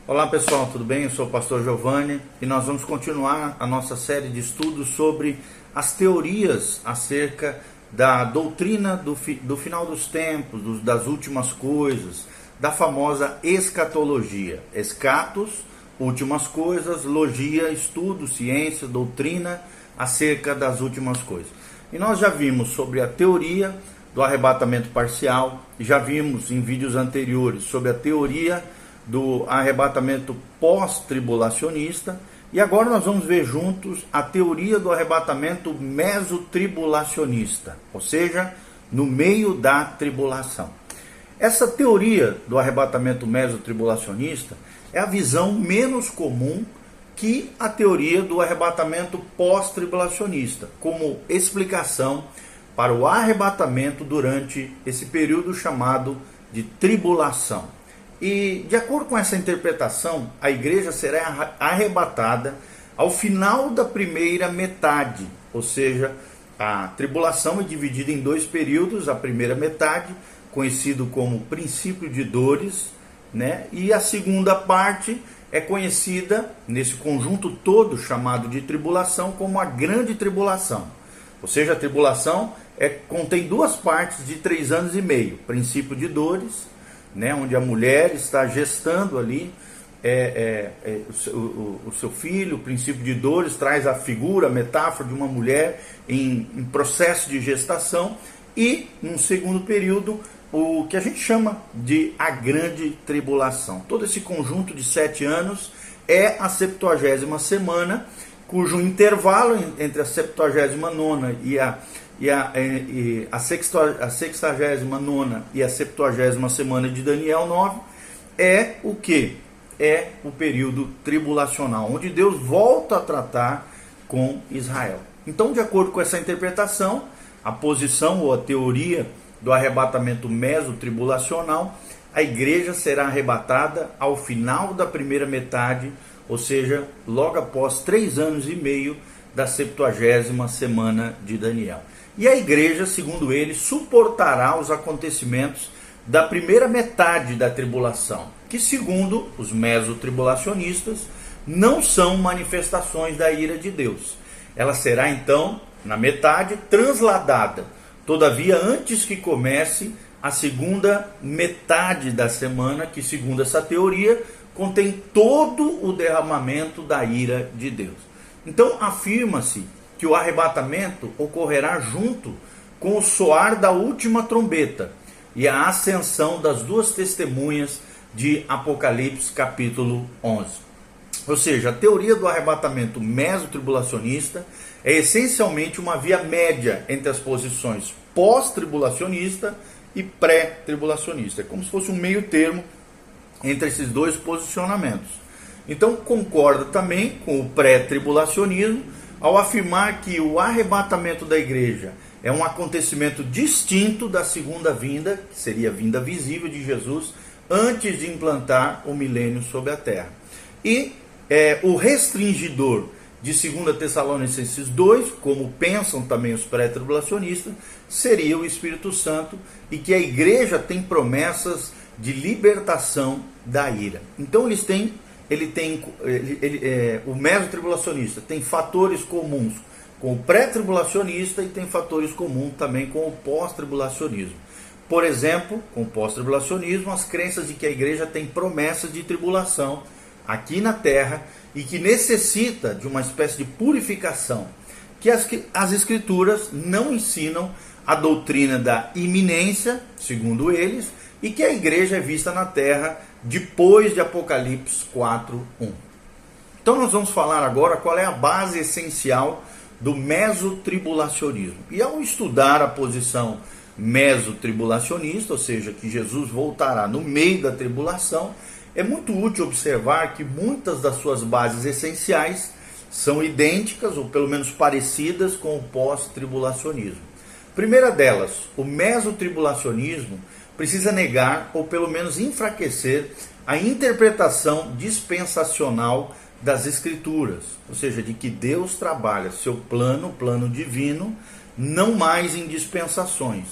Olá pessoal, tudo bem? Eu sou o pastor Giovanni e nós vamos continuar a nossa série de estudos sobre as teorias acerca da doutrina do final dos tempos, das últimas coisas, da famosa escatologia. Escatos, últimas coisas, logia, estudo, ciência, doutrina acerca das últimas coisas. E nós já vimos sobre a teoria do arrebatamento parcial, já vimos em vídeos anteriores sobre a teoria do arrebatamento pós-tribulacionista, e agora nós vamos ver juntos a teoria do arrebatamento mesotribulacionista, ou seja, no meio da tribulação. Essa teoria do arrebatamento mesotribulacionista é a visão menos comum que a teoria do arrebatamento pós-tribulacionista, como explicação para o arrebatamento durante esse período chamado de tribulação. E, de acordo com essa interpretação, a igreja será arrebatada ao final da primeira metade, ou seja, a tribulação é dividida em dois períodos. A primeira metade, conhecido como princípio de dores, né? E a segunda parte é conhecida, nesse conjunto todo chamado de tribulação, como a grande tribulação. Ou seja, a tribulação contém duas partes de 3 anos e meio, princípio de dores, né, onde a mulher está gestando ali o seu filho. O princípio de dores traz a figura, a metáfora de uma mulher em processo de gestação. E, num segundo período, o que a gente chama de a grande tribulação. Todo esse conjunto de 7 anos é a 70ª semana, cujo intervalo entre a 79ª e a 69ª e a 70ª semana de Daniel 9 é o que? É o período tribulacional, onde Deus volta a tratar com Israel. Então, de acordo com essa interpretação, a posição ou a teoria do arrebatamento mesotribulacional, a igreja será arrebatada ao final da primeira metade, ou seja, logo após 3 anos e meio da 70ª semana de Daniel. E a igreja, segundo ele, suportará os acontecimentos da primeira metade da tribulação, que, segundo os mesotribulacionistas, não são manifestações da ira de Deus. Ela será, então, na metade, transladada. Todavia, antes que comece a segunda metade da semana, que, segundo essa teoria, contém todo o derramamento da ira de Deus. Então, afirma-se que o arrebatamento ocorrerá junto com o soar da última trombeta e a ascensão das duas testemunhas de Apocalipse capítulo 11. Ou seja, a teoria do arrebatamento mesotribulacionista é essencialmente uma via média entre as posições pós-tribulacionista e pré-tribulacionista. É como se fosse um meio termo entre esses dois posicionamentos. Então, concorda também com o pré-tribulacionismo ao afirmar que o arrebatamento da igreja é um acontecimento distinto da segunda vinda, que seria a vinda visível de Jesus, antes de implantar o milênio sobre a terra. E o restringidor de 2 Tessalonicenses 2, como pensam também os pré-tribulacionistas, seria o Espírito Santo, e que a igreja tem promessas de libertação da ira. Então o mesotribulacionista tem fatores comuns com o pré-tribulacionista e tem fatores comuns também com o pós-tribulacionismo. Por exemplo, com o pós-tribulacionismo, as crenças de que a igreja tem promessas de tribulação aqui na terra e que necessita de uma espécie de purificação, que as escrituras não ensinam a doutrina da iminência, segundo eles, e que a igreja é vista na terra depois de Apocalipse 4:1. Então nós vamos falar agora qual é a base essencial do mesotribulacionismo. E ao estudar a posição mesotribulacionista, ou seja, que Jesus voltará no meio da tribulação, é muito útil observar que muitas das suas bases essenciais são idênticas, ou pelo menos parecidas, com o pós-tribulacionismo. Primeira delas, o mesotribulacionismo precisa negar, ou pelo menos enfraquecer, a interpretação dispensacional das Escrituras, ou seja, de que Deus trabalha seu plano divino, não mais em dispensações,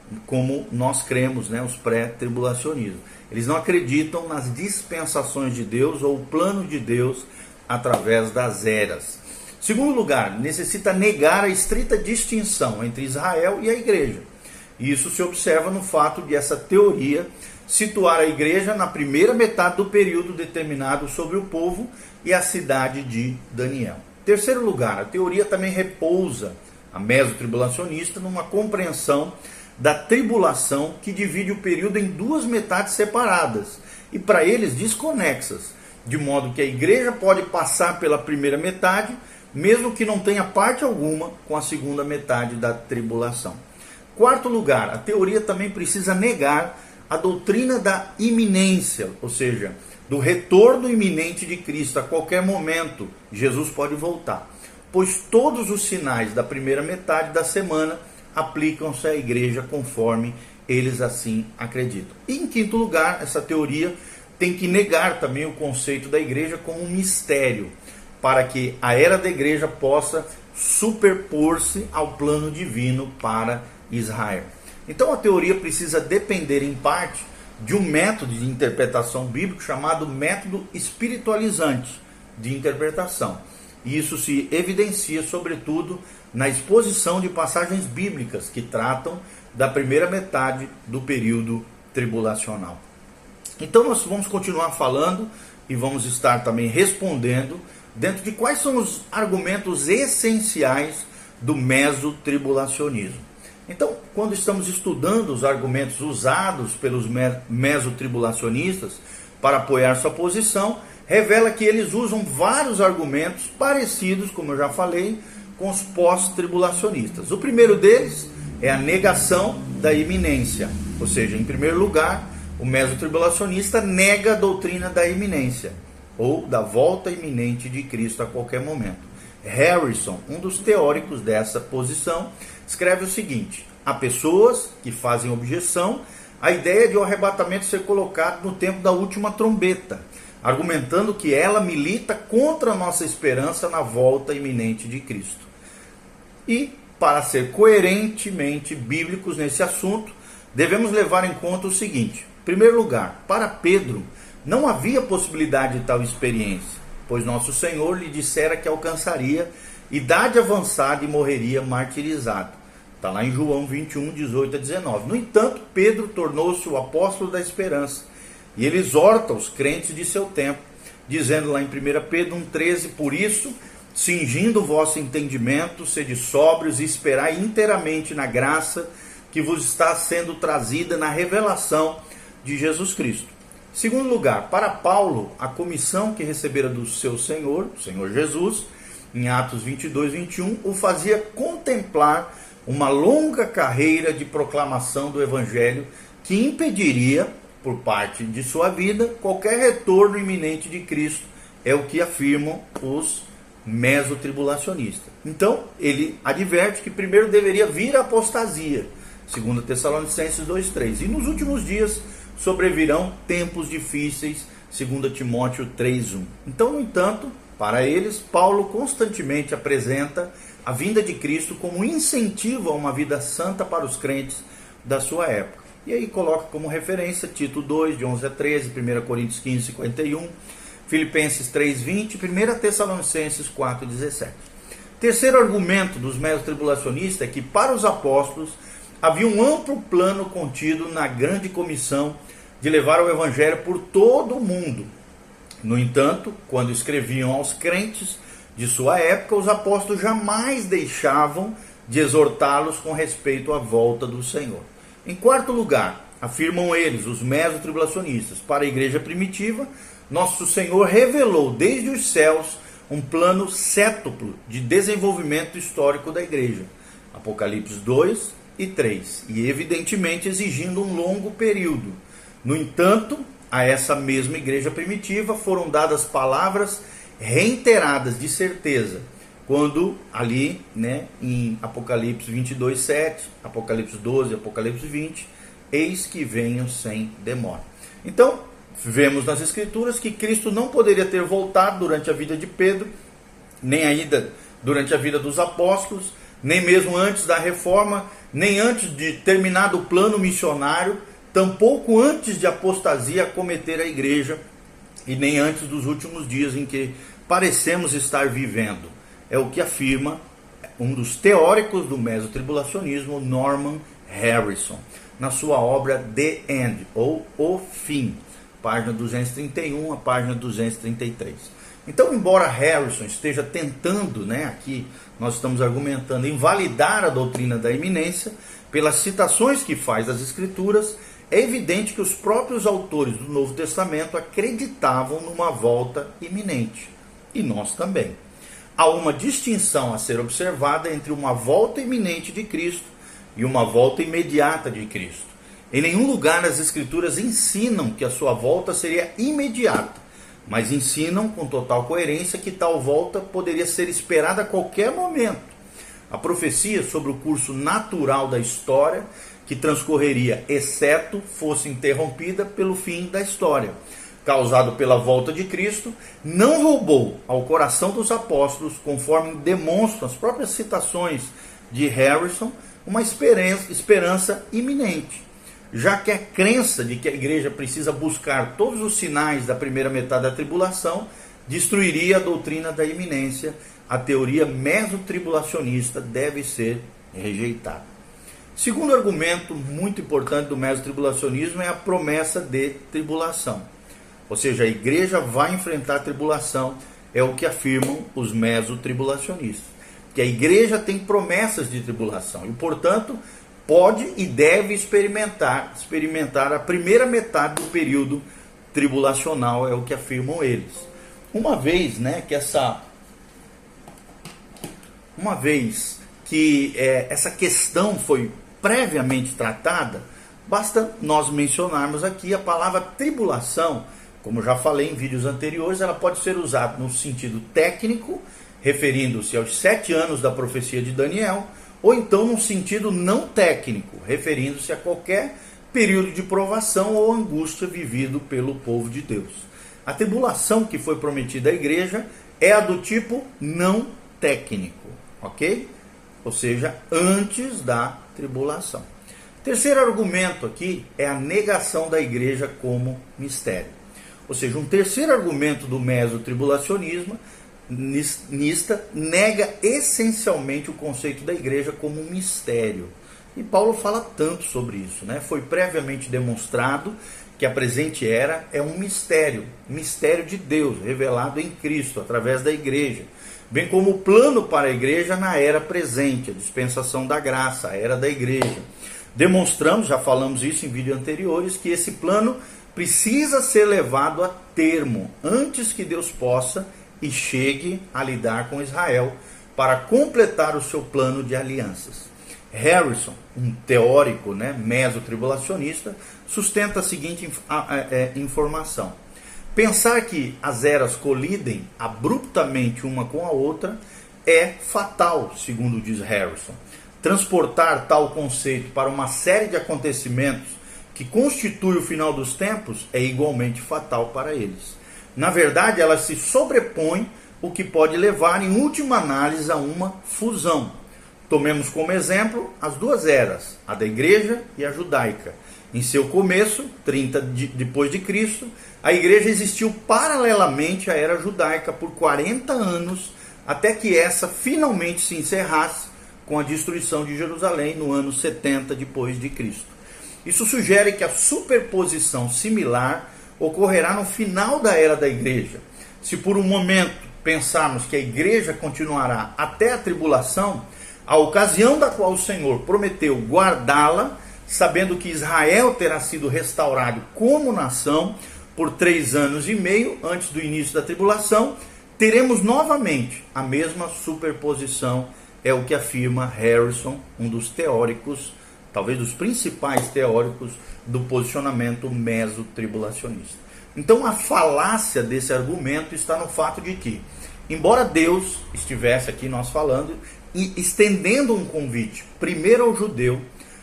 como nós cremos, né, os pré-tribulacionistas. Eles não acreditam nas dispensações de Deus ou o plano de Deus através das eras. Segundo lugar, necessita negar a estrita distinção entre Israel e a igreja. Isso se observa no fato de essa teoria situar a igreja na primeira metade do período determinado sobre o povo e a cidade de Daniel. Terceiro lugar, a teoria também repousa, a mesotribulacionista, numa compreensão da tribulação que divide o período em duas metades separadas e para eles desconexas, de modo que a igreja pode passar pela primeira metade, mesmo que não tenha parte alguma com a segunda metade da tribulação. Quarto lugar, a teoria também precisa negar a doutrina da iminência, ou seja, do retorno iminente de Cristo. A qualquer momento, Jesus pode voltar, pois todos os sinais da primeira metade da semana aplicam-se à igreja conforme eles assim acreditam. E em quinto lugar, essa teoria tem que negar também o conceito da igreja como um mistério, para que a era da igreja possa superpor-se ao plano divino para Israel. Então a teoria precisa depender em parte de um método de interpretação bíblico chamado método espiritualizante de interpretação. E isso se evidencia sobretudo na exposição de passagens bíblicas que tratam da primeira metade do período tribulacional. Então nós vamos continuar falando e vamos estar também respondendo dentro de quais são os argumentos essenciais do mesotribulacionismo. Então, quando estamos estudando os argumentos usados pelos mesotribulacionistas para apoiar sua posição, revela que eles usam vários argumentos parecidos, como eu já falei, com os pós-tribulacionistas. O primeiro deles é a negação da iminência, ou seja, em primeiro lugar, o mesotribulacionista nega a doutrina da iminência, ou da volta iminente de Cristo a qualquer momento. Harrison, um dos teóricos dessa posição, escreve o seguinte: há pessoas que fazem objeção à ideia de o arrebatamento ser colocado no tempo da última trombeta, argumentando que ela milita contra a nossa esperança na volta iminente de Cristo. E, para ser coerentemente bíblicos nesse assunto, devemos levar em conta o seguinte: em primeiro lugar, para Pedro, não havia possibilidade de tal experiência, pois nosso Senhor lhe dissera que alcançaria idade avançada e morreria martirizado. Está lá em João 21, 18 a 19. No entanto, Pedro tornou-se o apóstolo da esperança, e ele exorta os crentes de seu tempo, dizendo lá em 1 Pedro 1,13, por isso, cingindo o vosso entendimento, sede sóbrios e esperai inteiramente na graça que vos está sendo trazida na revelação de Jesus Cristo. Segundo lugar, para Paulo, a comissão que recebera do seu Senhor, o Senhor Jesus, em Atos 22, 21, o fazia contemplar uma longa carreira de proclamação do Evangelho que impediria, por parte de sua vida, qualquer retorno iminente de Cristo, é o que afirmam os mesotribulacionistas. Então, ele adverte que primeiro deveria vir a apostasia, 2 Tessalonicenses 2,3, e nos últimos dias sobrevirão tempos difíceis, 2 Timóteo 3,1. Então, no entanto, para eles, Paulo constantemente apresenta a vinda de Cristo como incentivo a uma vida santa para os crentes da sua época. E aí coloca como referência Tito 2, de 11 a 13, 1 Coríntios 15, 51, Filipenses 3, 20, 1 Tessalonicenses 4, 17. Terceiro argumento dos mesotribulacionistas é que para os apóstolos havia um amplo plano contido na grande comissão de levar o evangelho por todo o mundo. No entanto, quando escreviam aos crentes de sua época, os apóstolos jamais deixavam de exortá-los com respeito à volta do Senhor. Em quarto lugar, afirmam eles, os mesotribulacionistas, para a igreja primitiva, nosso Senhor revelou desde os céus um plano cétuplo de desenvolvimento histórico da igreja. Apocalipse 2 e 3, e evidentemente exigindo um longo período. No entanto, a essa mesma igreja primitiva foram dadas palavras reiteradas de certeza, quando ali, em Apocalipse 22, 7, Apocalipse 12, Apocalipse 20, eis que venho sem demora. Então, vemos nas Escrituras que Cristo não poderia ter voltado durante a vida de Pedro, nem ainda durante a vida dos apóstolos, nem mesmo antes da reforma nem antes de terminado o plano missionário, tampouco antes de apostasia cometer a igreja, e nem antes dos últimos dias em que parecemos estar vivendo. É o que afirma um dos teóricos do mesotribulacionismo, Norman Harrison, na sua obra The End, ou O Fim, página 231 a página 233. Então, embora Harrison esteja tentando, aqui nós estamos argumentando, invalidar a doutrina da iminência, pelas citações que faz das Escrituras, é evidente que os próprios autores do Novo Testamento acreditavam numa volta iminente. E nós também. Há uma distinção a ser observada entre uma volta iminente de Cristo e uma volta imediata de Cristo. Em nenhum lugar as Escrituras ensinam que a sua volta seria imediata, mas ensinam com total coerência que tal volta poderia ser esperada a qualquer momento. A profecia sobre o curso natural da história, que transcorreria, exceto fosse interrompida pelo fim da história, causado pela volta de Cristo, não roubou ao coração dos apóstolos, conforme demonstram as próprias citações de Harrison, uma esperança iminente, já que a crença de que a igreja precisa buscar todos os sinais da primeira metade da tribulação destruiria a doutrina da iminência. A teoria mesotribulacionista deve ser rejeitada. Segundo argumento muito importante do mesotribulacionismo é a promessa de tribulação. Ou seja, a igreja vai enfrentar a tribulação, é o que afirmam os mesotribulacionistas. Que a igreja tem promessas de tribulação e, portanto, pode e deve experimentar a primeira metade do período tribulacional, é o que afirmam eles. Uma vez que essa questão foi previamente tratada, basta nós mencionarmos aqui a palavra tribulação. Como já falei em vídeos anteriores, ela pode ser usada no sentido técnico, referindo-se aos 7 anos da profecia de Daniel, ou então num sentido não técnico, referindo-se a qualquer período de provação ou angústia vivido pelo povo de Deus. A tribulação que foi prometida à igreja é a do tipo não técnico, ok? Ou seja, antes da tribulação. Terceiro argumento aqui é a negação da igreja como mistério. Ou seja, um terceiro argumento do mesotribulacionismo nega essencialmente o conceito da igreja como um mistério. E Paulo fala tanto sobre isso, Foi previamente demonstrado que a presente era é um mistério de Deus, revelado em Cristo, através da igreja, bem como o plano para a igreja na era presente, a dispensação da graça, a era da igreja. Demonstramos, já falamos isso em vídeos anteriores, que esse plano precisa ser levado a termo, antes que Deus possa e chegue a lidar com Israel para completar o seu plano de alianças. Harrison, um teórico mesotribulacionista, sustenta a seguinte informação. Pensar que as eras colidem abruptamente uma com a outra é fatal, segundo diz Harrison. Transportar tal conceito para uma série de acontecimentos que constitui o final dos tempos é igualmente fatal para eles. Na verdade, ela se sobrepõe, o que pode levar, em última análise, a uma fusão. Tomemos como exemplo as duas eras, a da igreja e a judaica. Em seu começo, 30 depois de Cristo, a igreja existiu paralelamente à era judaica por 40 anos, até que essa finalmente se encerrasse com a destruição de Jerusalém no ano 70 depois de Cristo. Isso sugere que a superposição similar ocorrerá no final da era da igreja. Se por um momento pensarmos que a igreja continuará até a tribulação, a ocasião da qual o Senhor prometeu guardá-la, sabendo que Israel terá sido restaurado como nação por 3 anos e meio antes do início da tribulação, teremos novamente a mesma superposição, é o que afirma Harrison, um dos teóricos, talvez dos principais teóricos do posicionamento mesotribulacionista. Então a falácia desse argumento está no fato de que, embora Deus estivesse aqui nós falando, e estendendo um convite primeiro ao judeu,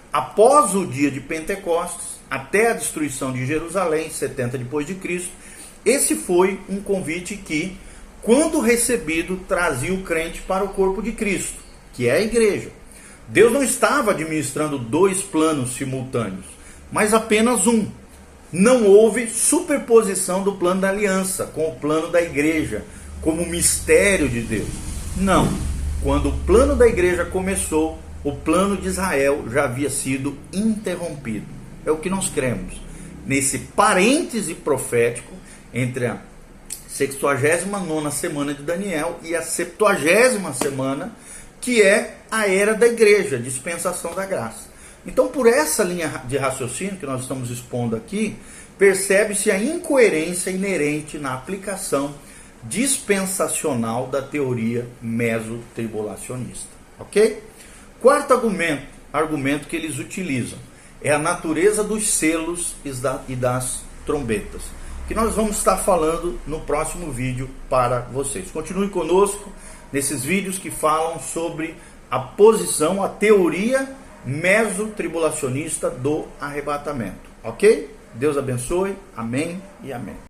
após o dia de Pentecostes, até a destruição de Jerusalém, 70 depois de Cristo, esse foi um convite que, quando recebido, trazia o crente para o corpo de Cristo, que é a igreja. Deus não estava administrando dois planos simultâneos, mas apenas um. Não houve superposição do plano da aliança com o plano da igreja, como mistério de Deus. Não. Quando o plano da igreja começou, o plano de Israel já havia sido interrompido. É o que nós cremos. Nesse parêntese profético entre a 69ª semana de Daniel e a 70ª semana, que é a era da igreja, dispensação da graça. Então, por essa linha de raciocínio que nós estamos expondo aqui, percebe-se a incoerência inerente na aplicação dispensacional da teoria mesotribulacionista. Ok? Quarto argumento que eles utilizam, é a natureza dos selos e das trombetas, que nós vamos estar falando no próximo vídeo para vocês. Continue conosco nesses vídeos que falam sobre a posição, a teoria mesotribulacionista do arrebatamento. Ok? Deus abençoe. Amém e amém.